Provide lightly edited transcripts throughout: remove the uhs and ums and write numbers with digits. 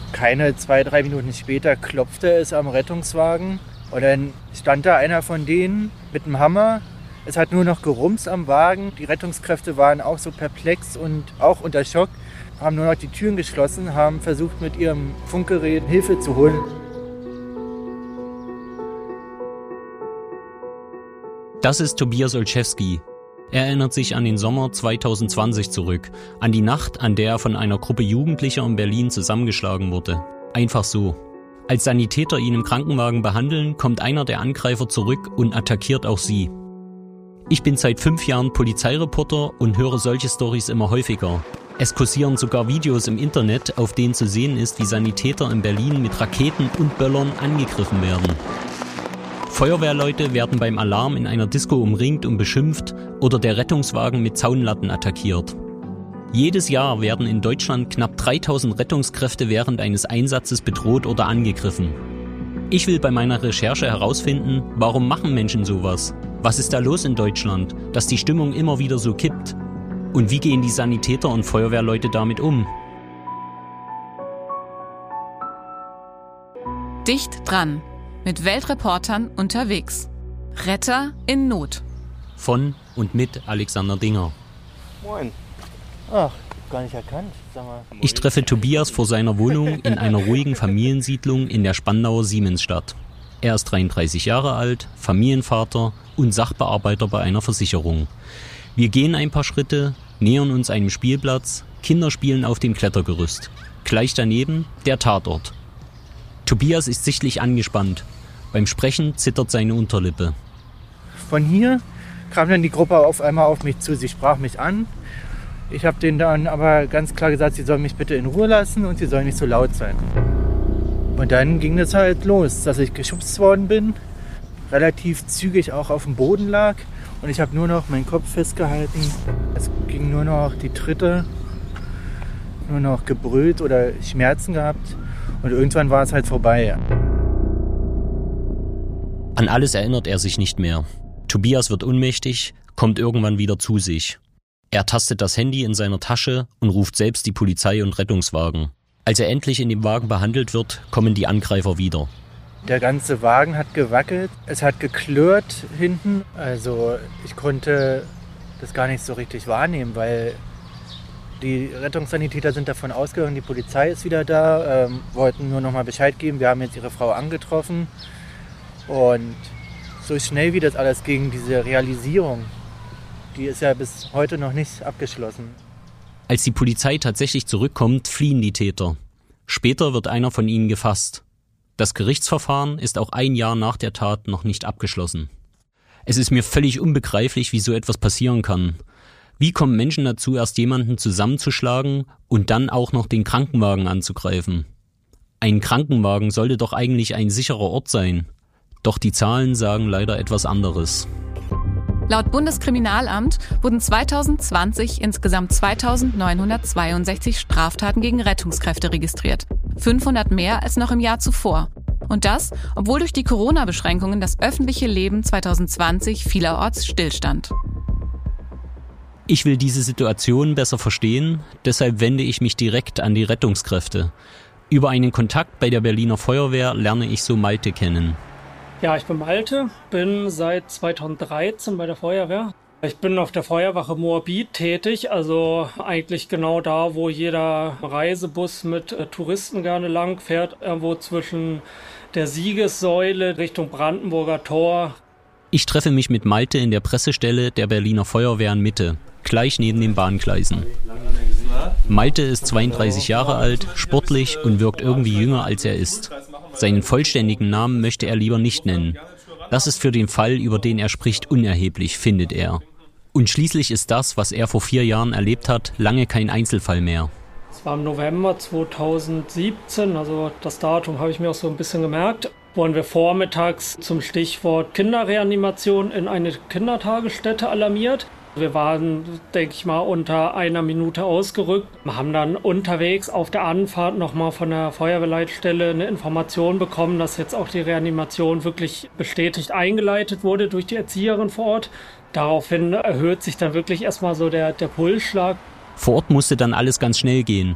Keine 2-3 Minuten später klopfte es am Rettungswagen und dann stand da einer von denen mit einem Hammer. Es hat nur noch gerumst am Wagen. Die Rettungskräfte waren auch so perplex und auch unter Schock, haben nur noch die Türen geschlossen, haben versucht mit ihrem Funkgerät Hilfe zu holen. Das ist Tobias Olszewski. Er erinnert sich an den Sommer 2020 zurück, an die Nacht, an der er von einer Gruppe Jugendlicher in Berlin zusammengeschlagen wurde. Einfach so. Als Sanitäter ihn im Krankenwagen behandeln, kommt einer der Angreifer zurück und attackiert auch sie. Ich bin seit 5 Jahren Polizeireporter und höre solche Storys immer häufiger. Es kursieren sogar Videos im Internet, auf denen zu sehen ist, wie Sanitäter in Berlin mit Raketen und Böllern angegriffen werden. Feuerwehrleute werden beim Alarm in einer Disco umringt und beschimpft oder der Rettungswagen mit Zaunlatten attackiert. Jedes Jahr werden in Deutschland knapp 3000 Rettungskräfte während eines Einsatzes bedroht oder angegriffen. Ich will bei meiner Recherche herausfinden, warum machen Menschen sowas? Was ist da los in Deutschland, dass die Stimmung immer wieder so kippt? Und wie gehen die Sanitäter und Feuerwehrleute damit um? Dicht dran. Mit Weltreportern unterwegs. Retter in Not. Von und mit Alexander Dinger. Moin. Ach, gar nicht erkannt. Sag mal. Ich treffe Tobias vor seiner Wohnung in einer ruhigen Familiensiedlung in der Spandauer Siemensstadt. Er ist 33 Jahre alt, Familienvater und Sachbearbeiter bei einer Versicherung. Wir gehen ein paar Schritte, nähern uns einem Spielplatz, Kinder spielen auf dem Klettergerüst. Gleich daneben der Tatort. Tobias ist sichtlich angespannt. Beim Sprechen zittert seine Unterlippe. Von hier kam dann die Gruppe auf einmal auf mich zu. Sie sprach mich an. Ich habe denen dann aber ganz klar gesagt, sie sollen mich bitte in Ruhe lassen und sie sollen nicht so laut sein. Und dann ging es halt los, dass ich geschubst worden bin, relativ zügig auch auf dem Boden lag und ich habe nur noch meinen Kopf festgehalten. Es ging nur noch die Tritte, nur noch gebrüllt oder Schmerzen gehabt und irgendwann war es halt vorbei. An alles erinnert er sich nicht mehr. Tobias wird ohnmächtig, kommt irgendwann wieder zu sich. Er tastet das Handy in seiner Tasche und ruft selbst die Polizei und Rettungswagen. Als er endlich in dem Wagen behandelt wird, kommen die Angreifer wieder. Der ganze Wagen hat gewackelt, es hat geklirrt hinten. Also ich konnte das gar nicht so richtig wahrnehmen, weil die Rettungssanitäter sind davon ausgegangen, die Polizei ist wieder da, wollten nur noch mal Bescheid geben, wir haben jetzt ihre Frau angetroffen. Und so schnell wie das alles ging, diese Realisierung, die ist ja bis heute noch nicht abgeschlossen. Als die Polizei tatsächlich zurückkommt, fliehen die Täter. Später wird einer von ihnen gefasst. Das Gerichtsverfahren ist auch 1 Jahr nach der Tat noch nicht abgeschlossen. Es ist mir völlig unbegreiflich, wie so etwas passieren kann. Wie kommen Menschen dazu, erst jemanden zusammenzuschlagen und dann auch noch den Krankenwagen anzugreifen? Ein Krankenwagen sollte doch eigentlich ein sicherer Ort sein. Doch die Zahlen sagen leider etwas anderes. Laut Bundeskriminalamt wurden 2020 insgesamt 2.962 Straftaten gegen Rettungskräfte registriert. 500 mehr als noch im Jahr zuvor. Und das, obwohl durch die Corona-Beschränkungen das öffentliche Leben 2020 vielerorts stillstand. Ich will diese Situation besser verstehen, deshalb wende ich mich direkt an die Rettungskräfte. Über einen Kontakt bei der Berliner Feuerwehr lerne ich so Malte kennen. Ja, ich bin Malte, bin seit 2013 bei der Feuerwehr. Ich bin auf der Feuerwache Moabit tätig, also eigentlich genau da, wo jeder Reisebus mit Touristen gerne lang fährt, irgendwo zwischen der Siegessäule Richtung Brandenburger Tor. Ich treffe mich mit Malte in der Pressestelle der Berliner Feuerwehr in Mitte, gleich neben den Bahngleisen. Malte ist 32 Jahre alt, sportlich und wirkt irgendwie jünger als er ist. Seinen vollständigen Namen möchte er lieber nicht nennen. Das ist für den Fall, über den er spricht, unerheblich, findet er. Und schließlich ist das, was er vor 4 Jahren erlebt hat, lange kein Einzelfall mehr. Es war im November 2017, also das Datum habe ich mir auch so ein bisschen gemerkt, wurden wir vormittags zum Stichwort Kinderreanimation in eine Kindertagesstätte alarmiert. Wir waren, denke ich mal, unter 1 Minute ausgerückt. Wir haben dann unterwegs auf der Anfahrt nochmal von der Feuerwehrleitstelle eine Information bekommen, dass jetzt auch die Reanimation wirklich bestätigt eingeleitet wurde durch die Erzieherin vor Ort. Daraufhin erhöht sich dann wirklich erstmal so der Pulsschlag. Vor Ort musste dann alles ganz schnell gehen.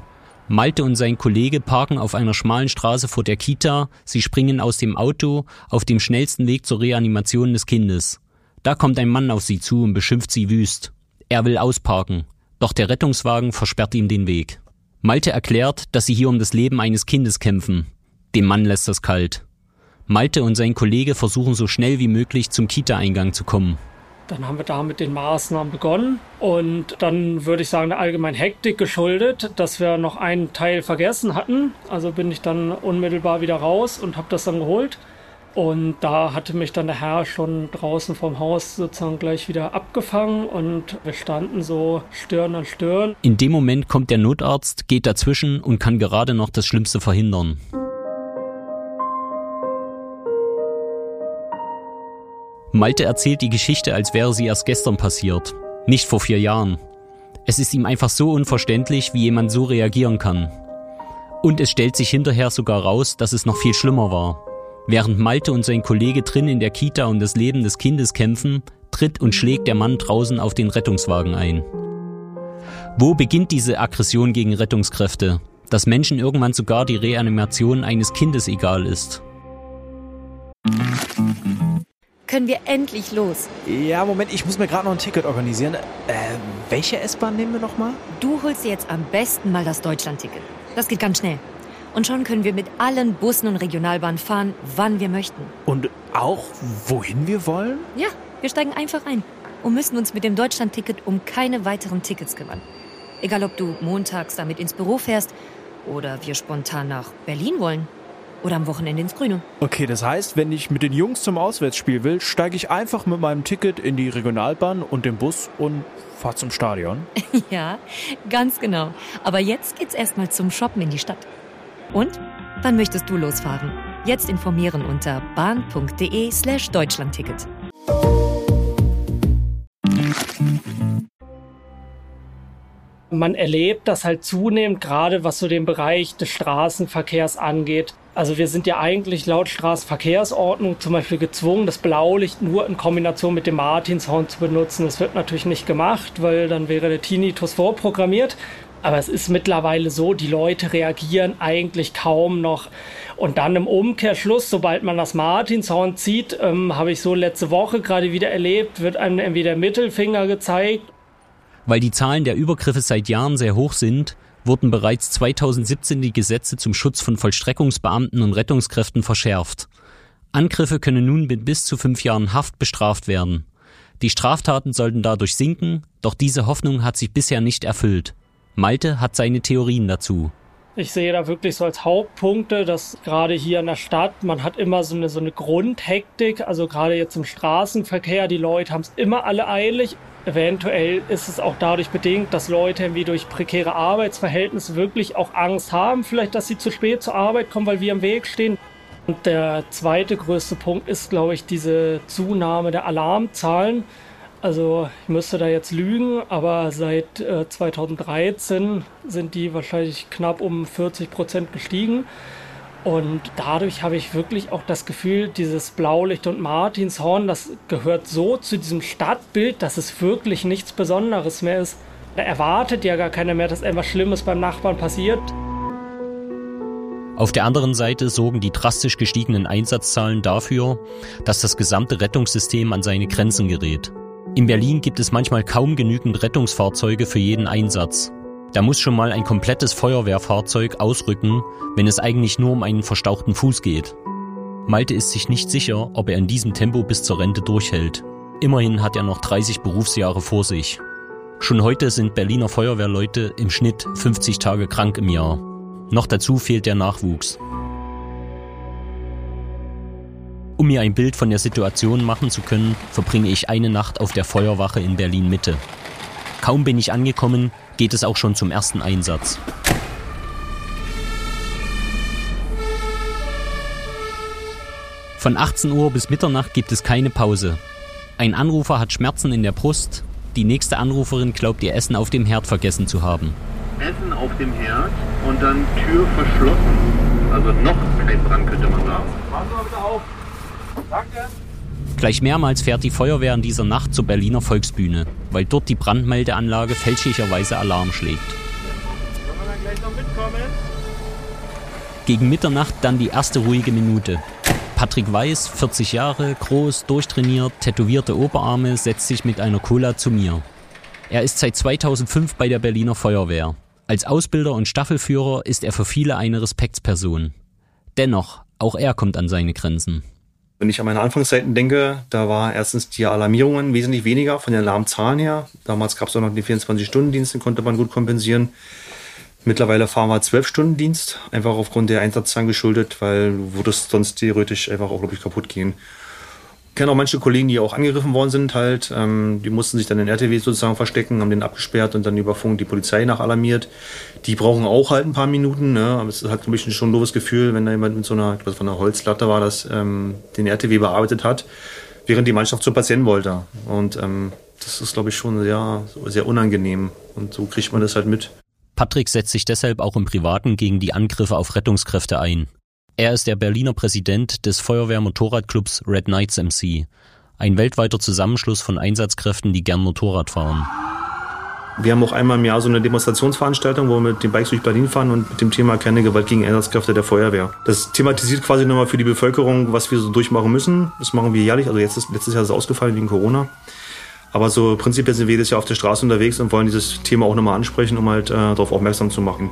Malte und sein Kollege parken auf einer schmalen Straße vor der Kita. Sie springen aus dem Auto auf dem schnellsten Weg zur Reanimation des Kindes. Da kommt ein Mann auf sie zu und beschimpft sie wüst. Er will ausparken, doch der Rettungswagen versperrt ihm den Weg. Malte erklärt, dass sie hier um das Leben eines Kindes kämpfen. Dem Mann lässt das kalt. Malte und sein Kollege versuchen so schnell wie möglich zum Kita-Eingang zu kommen. Dann haben wir da mit den Maßnahmen begonnen und dann würde ich sagen, der allgemeinen Hektik geschuldet, dass wir noch einen Teil vergessen hatten. Also bin ich dann unmittelbar wieder raus und habe das dann geholt. Und da hatte mich dann der Herr schon draußen vom Haus sozusagen gleich wieder abgefangen und wir standen so Stirn an Stirn. In dem Moment kommt der Notarzt, geht dazwischen und kann gerade noch das Schlimmste verhindern. Malte erzählt die Geschichte, als wäre sie erst gestern passiert, nicht vor 4 Jahren. Es ist ihm einfach so unverständlich, wie jemand so reagieren kann. Und es stellt sich hinterher sogar raus, dass es noch viel schlimmer war. Während Malte und sein Kollege drin in der Kita um das Leben des Kindes kämpfen, tritt und schlägt der Mann draußen auf den Rettungswagen ein. Wo beginnt diese Aggression gegen Rettungskräfte, dass Menschen irgendwann sogar die Reanimation eines Kindes egal ist? Können wir endlich los? Ja, Moment, ich muss mir gerade noch ein Ticket organisieren. Welche S-Bahn nehmen wir nochmal? Du holst dir jetzt am besten mal das Deutschland-Ticket. Das geht ganz schnell. Und schon können wir mit allen Bussen und Regionalbahnen fahren, wann wir möchten. Und auch, wohin wir wollen? Ja, wir steigen einfach ein und müssen uns mit dem Deutschland-Ticket um keine weiteren Tickets kümmern. Egal, ob du montags damit ins Büro fährst oder wir spontan nach Berlin wollen. Oder am Wochenende ins Grüne. Okay, das heißt, wenn ich mit den Jungs zum Auswärtsspiel will, steige ich einfach mit meinem Ticket in die Regionalbahn und den Bus und fahre zum Stadion? Ja, ganz genau. Aber jetzt geht's erstmal zum Shoppen in die Stadt. Und? Wann möchtest du losfahren? Jetzt informieren unter bahn.de/Deutschlandticket. Man erlebt das halt zunehmend, gerade was so den Bereich des Straßenverkehrs angeht. Also wir sind ja eigentlich laut Straßenverkehrsordnung zum Beispiel gezwungen, das Blaulicht nur in Kombination mit dem Martinshorn zu benutzen. Das wird natürlich nicht gemacht, weil dann wäre der Tinnitus vorprogrammiert. Aber es ist mittlerweile so, die Leute reagieren eigentlich kaum noch. Und dann im Umkehrschluss, sobald man das Martinshorn zieht, habe ich so letzte Woche gerade wieder erlebt, wird einem entweder Mittelfinger gezeigt. Weil die Zahlen der Übergriffe seit Jahren sehr hoch sind, wurden bereits 2017 die Gesetze zum Schutz von Vollstreckungsbeamten und Rettungskräften verschärft. Angriffe können nun mit bis zu 5 Jahren Haft bestraft werden. Die Straftaten sollten dadurch sinken, doch diese Hoffnung hat sich bisher nicht erfüllt. Malte hat seine Theorien dazu. Ich sehe da wirklich so als Hauptpunkte, dass gerade hier in der Stadt, man hat immer so eine Grundhektik, also gerade jetzt im Straßenverkehr, die Leute haben es immer alle eilig. Eventuell ist es auch dadurch bedingt, dass Leute irgendwie durch prekäre Arbeitsverhältnisse wirklich auch Angst haben, vielleicht, dass sie zu spät zur Arbeit kommen, weil wir im Weg stehen. Und der zweite größte Punkt ist, glaube ich, diese Zunahme der Alarmzahlen. Also ich müsste da jetzt lügen, aber seit 2013 sind die wahrscheinlich knapp um 40% gestiegen. Und dadurch habe ich wirklich auch das Gefühl, dieses Blaulicht und Martinshorn, das gehört so zu diesem Stadtbild, dass es wirklich nichts Besonderes mehr ist. Da erwartet ja gar keiner mehr, dass etwas Schlimmes beim Nachbarn passiert. Auf der anderen Seite sorgen die drastisch gestiegenen Einsatzzahlen dafür, dass das gesamte Rettungssystem an seine Grenzen gerät. In Berlin gibt es manchmal kaum genügend Rettungsfahrzeuge für jeden Einsatz. Da muss schon mal ein komplettes Feuerwehrfahrzeug ausrücken, wenn es eigentlich nur um einen verstauchten Fuß geht. Malte ist sich nicht sicher, ob er in diesem Tempo bis zur Rente durchhält. Immerhin hat er noch 30 Berufsjahre vor sich. Schon heute sind Berliner Feuerwehrleute im Schnitt 50 Tage krank im Jahr. Noch dazu fehlt der Nachwuchs. Um mir ein Bild von der Situation machen zu können, verbringe ich eine Nacht auf der Feuerwache in Berlin-Mitte. Kaum bin ich angekommen, geht es auch schon zum ersten Einsatz. Von 18 Uhr bis Mitternacht gibt es keine Pause. Ein Anrufer hat Schmerzen in der Brust, die nächste Anruferin glaubt, ihr Essen auf dem Herd vergessen zu haben. Essen auf dem Herd und dann Tür verschlossen. Also noch kein Brand, könnte man sagen. Machen Sie mal bitte auf. Danke. Gleich mehrmals fährt die Feuerwehr in dieser Nacht zur Berliner Volksbühne, weil dort die Brandmeldeanlage fälschlicherweise Alarm schlägt. Sollen wir dann gleich noch mitkommen? Gegen Mitternacht dann die erste ruhige Minute. Patrick Weiß, 40 Jahre, groß, durchtrainiert, tätowierte Oberarme, setzt sich mit einer Cola zu mir. Er ist seit 2005 bei der Berliner Feuerwehr. Als Ausbilder und Staffelführer ist er für viele eine Respektsperson. Dennoch, auch er kommt an seine Grenzen. Wenn ich an meine Anfangszeiten denke, da war erstens die Alarmierungen wesentlich weniger von den Alarmzahlen her. Damals gab es auch noch den 24-Stunden-Dienst, den konnte man gut kompensieren. Mittlerweile fahren wir 12-Stunden-Dienst, einfach aufgrund der Einsatzzahlen geschuldet, weil du würdest sonst theoretisch einfach auch, glaube ich, kaputt gehen. Ich kenne auch manche Kollegen, die auch angegriffen worden sind halt. Die mussten sich dann in RTW sozusagen verstecken, haben den abgesperrt und dann über Funk die Polizei nachalarmiert. Die brauchen auch halt ein paar Minuten, ne? Aber es ist halt, glaube ich, schon ein doofes Gefühl, wenn da jemand mit so einer, ich glaube, von einer Holzlatte war das, den RTW bearbeitet hat, während die Mannschaft zur Patienten wollte. Und das ist, glaube ich, schon sehr, sehr unangenehm. Und so kriegt man das halt mit. Patrick setzt sich deshalb auch im Privaten gegen die Angriffe auf Rettungskräfte ein. Er ist der Berliner Präsident des Feuerwehr-Motorradclubs Red Knights MC, ein weltweiter Zusammenschluss von Einsatzkräften, die gern Motorrad fahren. Wir haben auch einmal im Jahr so eine Demonstrationsveranstaltung, wo wir mit den Bikes durch Berlin fahren und mit dem Thema keine Gewalt gegen Einsatzkräfte der Feuerwehr. Das thematisiert quasi nochmal für die Bevölkerung, was wir so durchmachen müssen. Das machen wir jährlich, also letztes Jahr ist es ausgefallen wegen Corona. Aber so prinzipiell sind wir jedes Jahr auf der Straße unterwegs und wollen dieses Thema auch nochmal ansprechen, um halt darauf aufmerksam zu machen.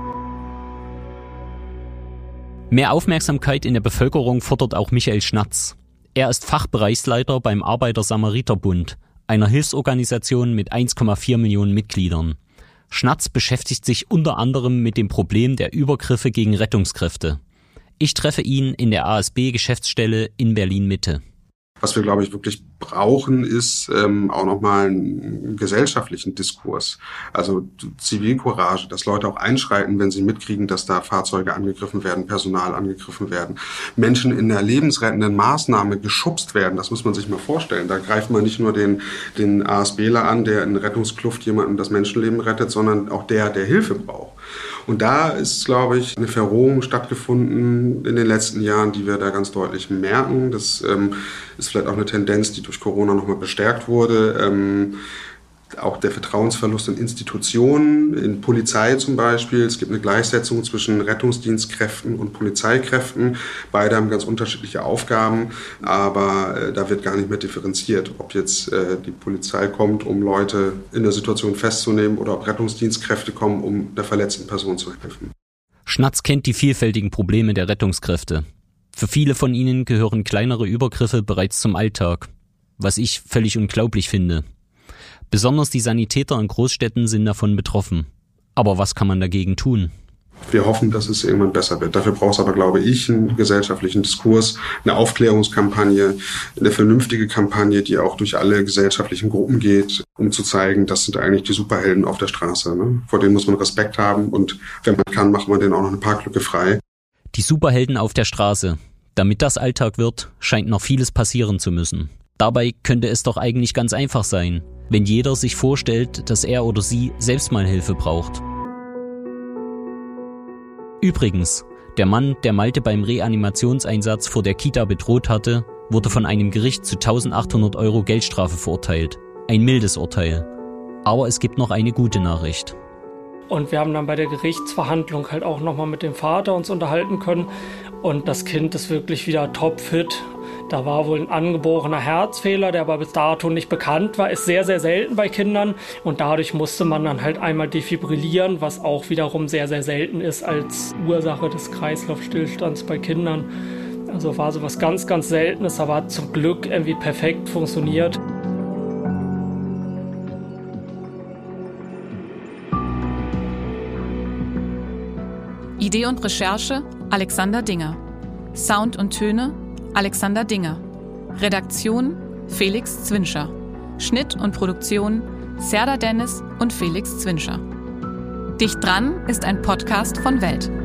Mehr Aufmerksamkeit in der Bevölkerung fordert auch Michael Schnatz. Er ist Fachbereichsleiter beim Arbeiter-Samariter-Bund, einer Hilfsorganisation mit 1,4 Millionen Mitgliedern. Schnatz beschäftigt sich unter anderem mit dem Problem der Übergriffe gegen Rettungskräfte. Ich treffe ihn in der ASB-Geschäftsstelle in Berlin-Mitte. Was wir, glaube ich, wirklich brauchen, ist auch nochmal einen gesellschaftlichen Diskurs. Also Zivilcourage, dass Leute auch einschreiten, wenn sie mitkriegen, dass da Fahrzeuge angegriffen werden, Personal angegriffen werden. Menschen in der lebensrettenden Maßnahme geschubst werden, das muss man sich mal vorstellen. Da greift man nicht nur den ASBler an, der in Rettungskluft jemandem das Menschenleben rettet, sondern auch der Hilfe braucht. Und da ist, glaube ich, eine Verrohung stattgefunden in den letzten Jahren, die wir da ganz deutlich merken. Das ist vielleicht auch eine Tendenz, die durch Corona nochmal bestärkt wurde. Auch der Vertrauensverlust in Institutionen, in Polizei zum Beispiel. Es gibt eine Gleichsetzung zwischen Rettungsdienstkräften und Polizeikräften. Beide haben ganz unterschiedliche Aufgaben, aber da wird gar nicht mehr differenziert, ob jetzt die Polizei kommt, um Leute in der Situation festzunehmen oder ob Rettungsdienstkräfte kommen, um der verletzten Person zu helfen. Schnatz kennt die vielfältigen Probleme der Rettungskräfte. Für viele von ihnen gehören kleinere Übergriffe bereits zum Alltag, was ich völlig unglaublich finde. Besonders die Sanitäter in Großstädten sind davon betroffen. Aber was kann man dagegen tun? Wir hoffen, dass es irgendwann besser wird. Dafür braucht es aber, glaube ich, einen gesellschaftlichen Diskurs, eine Aufklärungskampagne, eine vernünftige Kampagne, die auch durch alle gesellschaftlichen Gruppen geht, um zu zeigen, das sind eigentlich die Superhelden auf der Straße. Ne? Vor denen muss man Respekt haben und wenn man kann, macht man denen auch noch eine Parklücke frei. Die Superhelden auf der Straße. Damit das Alltag wird, scheint noch vieles passieren zu müssen. Dabei könnte es doch eigentlich ganz einfach sein, wenn jeder sich vorstellt, dass er oder sie selbst mal Hilfe braucht. Übrigens, der Mann, der Malte beim Reanimationseinsatz vor der Kita bedroht hatte, wurde von einem Gericht zu 1.800 € Geldstrafe verurteilt. Ein mildes Urteil. Aber es gibt noch eine gute Nachricht. Und wir haben dann bei der Gerichtsverhandlung halt auch nochmal mit dem Vater uns unterhalten können. Und das Kind ist wirklich wieder topfit. Da war wohl ein angeborener Herzfehler, der aber bis dato nicht bekannt war. Ist sehr, sehr selten bei Kindern. Und dadurch musste man dann halt einmal defibrillieren, was auch wiederum sehr, sehr selten ist als Ursache des Kreislaufstillstands bei Kindern. Also war so was ganz, ganz Seltenes, aber hat zum Glück irgendwie perfekt funktioniert. Idee und Recherche Alexander Dinger. Sound und Töne Alexander Dinger. Redaktion Felix Zwinscher. Schnitt und Produktion Serda Dennis und Felix Zwinscher. Dicht dran ist ein Podcast von Welt.